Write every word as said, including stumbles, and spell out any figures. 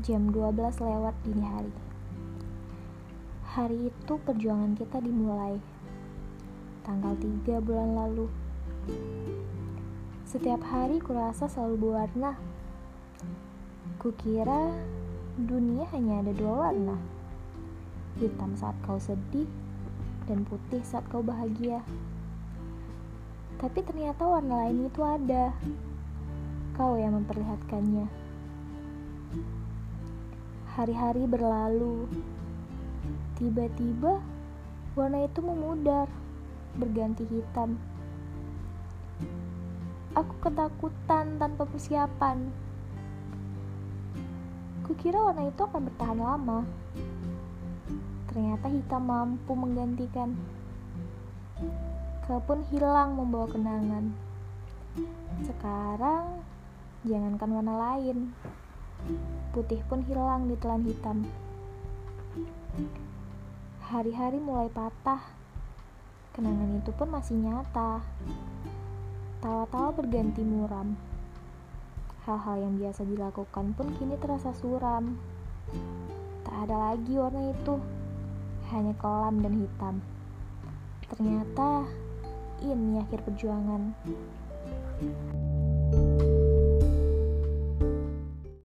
Jam dua belas lewat dini hari. Hari itu perjuangan kita dimulai. Tanggal tiga bulan lalu. Setiap hari kurasa selalu berwarna. Kukira dunia hanya ada dua warna. Hitam saat kau sedih dan putih saat kau bahagia. Tapi ternyata warna lain itu ada. Kau yang memperlihatkannya. Hari-hari berlalu. Tiba-tiba warna itu memudar, berganti hitam. Aku ketakutan tanpa persiapan. Kukira warna itu akan bertahan lama. Ternyata hitam mampu menggantikan. Kau pun hilang membawa kenangan. Sekarang jangankan warna lain, putih pun hilang ditelan hitam. Hari-hari mulai patah. Kenangan itu pun masih nyata. Tawa-tawa berganti muram. Hal-hal yang biasa dilakukan pun kini terasa suram. Tak ada lagi warna itu, hanya kelam dan hitam. Ternyata ini akhir perjuangan.